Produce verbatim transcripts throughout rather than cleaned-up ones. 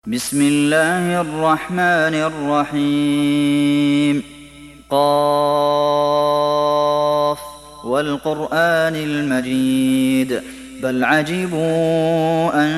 بسم الله الرحمن الرحيم قاف والقرآن المجيد بل عجبوا أن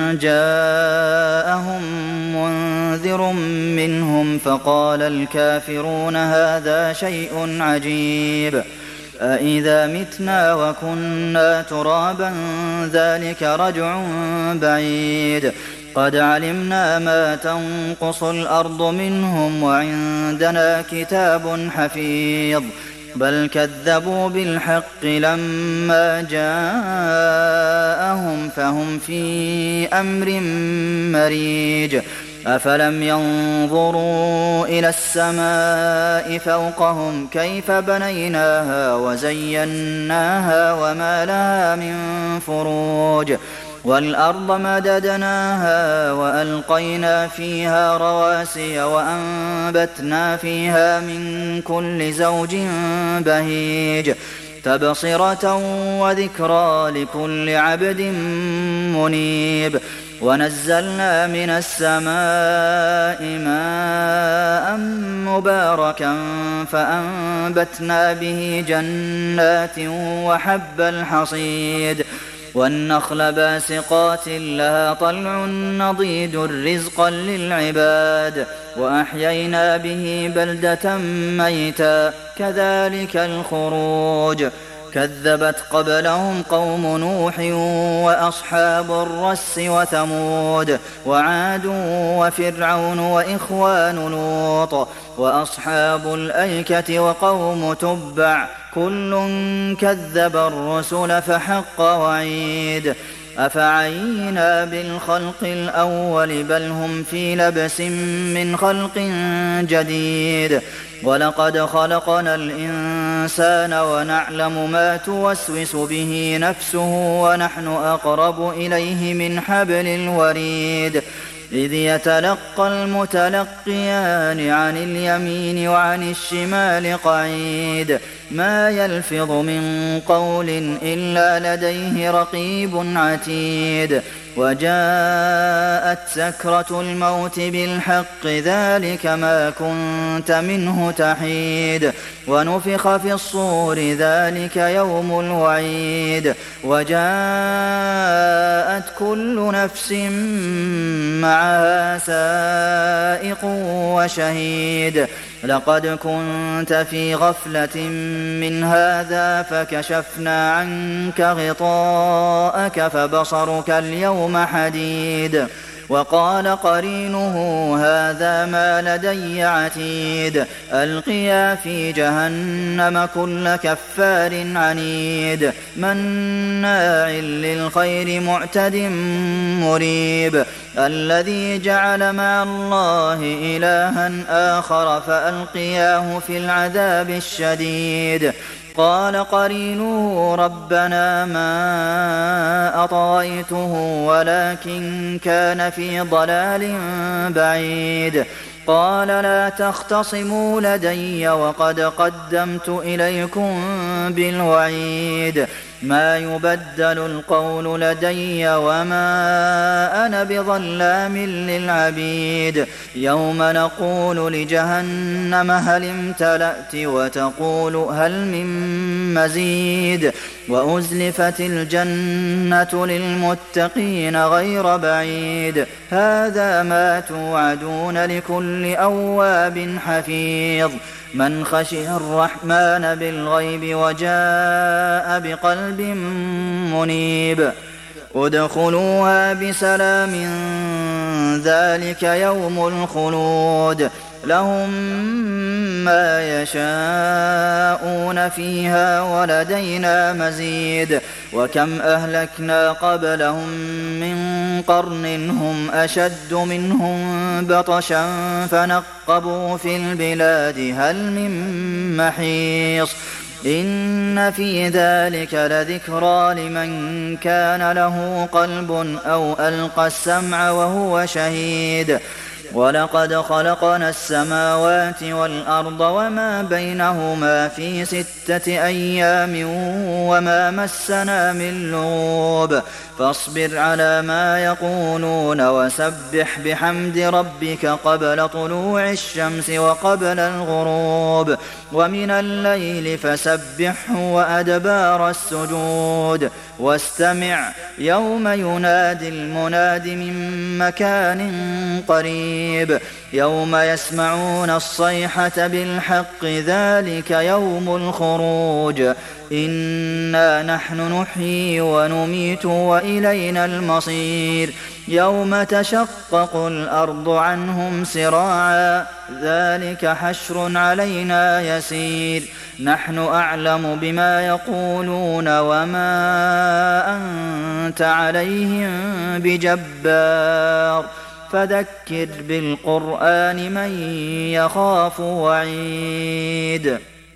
جاءهم منذر منهم فقال الكافرون هذا شيء عجيب أإذا متنا وكنا ترابا ذلك رجع بعيد قد علمنا ما تنقص الأرض منهم وعندنا كتاب حفيظ بل كذبوا بالحق لما جاءهم فهم في أمر مريج أفلم ينظروا إلى السماء فوقهم كيف بنيناها وزيناها وما لها من فروج والأرض مددناها وألقينا فيها رواسي وأنبتنا فيها من كل زوج بهيج تبصرة وذكرى لكل عبد منيب ونزلنا من السماء ماء مباركا فأنبتنا به جنات وحب الحصيد والنخل باسقات لها طلع نضيد رزقا للعباد وأحيينا به بلدة ميتا كذلك الخروج كذبت قبلهم قوم نوح وأصحاب الرس وثمود وعاد وفرعون وإخوان لوط وأصحاب الأيكة وقوم تبع كل كذب الرسل فحق وعيد أفعينا بالخلق الأول بل هم في لبس من خلق جديد ولقد خلقنا الإنسان ونعلم ما توسوس به نفسه ونحن أقرب إليه من حبل الوريد إذ يتلقى المتلقيان عن اليمين وعن الشمال قعيد ما يلفظ من قول إلا لديه رقيب عتيد وجاءت سكرة الموت بالحق ذلك ما كنت منه تحيد ونفخ في الصور ذلك يوم الوعيد وجاءت كل نفس معها سائق وشهيد لقد كنت في غفلة من هذا فكشفنا عنك غطاءك فبصرك اليوم حديد وقال قرينه هذا ما لدي عتيد ألقيا في جهنم كل كفار عنيد مناع للخير معتد مريب الذي جعل مع الله إلها آخر فألقياه في العذاب الشديد قال قرينه ربنا ما أطغيته ولكن كان في ضلال بعيد قال لا تختصموا لدي وقد قدمت إليكم بالوعيد ما يبدل القول لدي وما أنا بظلام للعبيد يوم نقول لجهنم هل امتلأت وتقول هل من مزيد وأزلفت الجنة للمتقين غير بعيد هذا ما توعدون لكل أواب حفيظ من خشي الرحمن بالغيب وجاء بقلب منيب ادخلوها بسلام ذلك يوم الخلود لهم ما يشاءون فيها ولدينا مزيد وكم أهلكنا قبلهم من قرن هم أشد منهم بطشا فنقبوا في البلاد هل من محيص إن في ذلك لذكرى لمن كان له قلب أو ألقى السمع وهو شهيد وَلَقَدْ خَلَقْنَا السَّمَاوَاتِ وَالْأَرْضَ وَمَا بَيْنَهُمَا فِي سِتَّةِ أَيَّامٍ وَمَا مَسَّنَا مِن لُّغُوبٍ فَاصْبِرْ عَلَىٰ مَا يَقُولُونَ وَسَبِّحْ بِحَمْدِ رَبِّكَ قَبْلَ طُلُوعِ الشَّمْسِ وَقَبْلَ الْغُرُوبِ وَمِنَ اللَّيْلِ فَسَبِّحْهُ وَأَدْبَارَ السُّجُودِ وَاسْتَمِعْ يَوْمَ يُنَادِ الْمُنَادِ مِن مَّكَانٍ قَرِيبٍ يَوْمَ يَسْمَعُونَ الصَّيْحَةَ بِالْحَقِّ ذَٰلِكَ يَوْمُ الْخُرُوجِ إِنَّا نَحْنُ نُحْيِي وَنُمِيتُ وَإِلَيْنَا الْمَصِيرُ يَوْمَ تَشَقَّقُ الْأَرْضُ عَنْهُمْ سِرَاعًا ذَٰلِكَ حَشْرٌ عَلَيْنَا يَسِيرٌ نَّحْنُ أَعْلَمُ بِمَا يَقُولُونَ وَمَا أَنتَ عَلَيْهِم بِجَبَّارٍ فَذَكِّرْ بِالْقُرْآنِ مَن يَخَافُ وَعِيدِ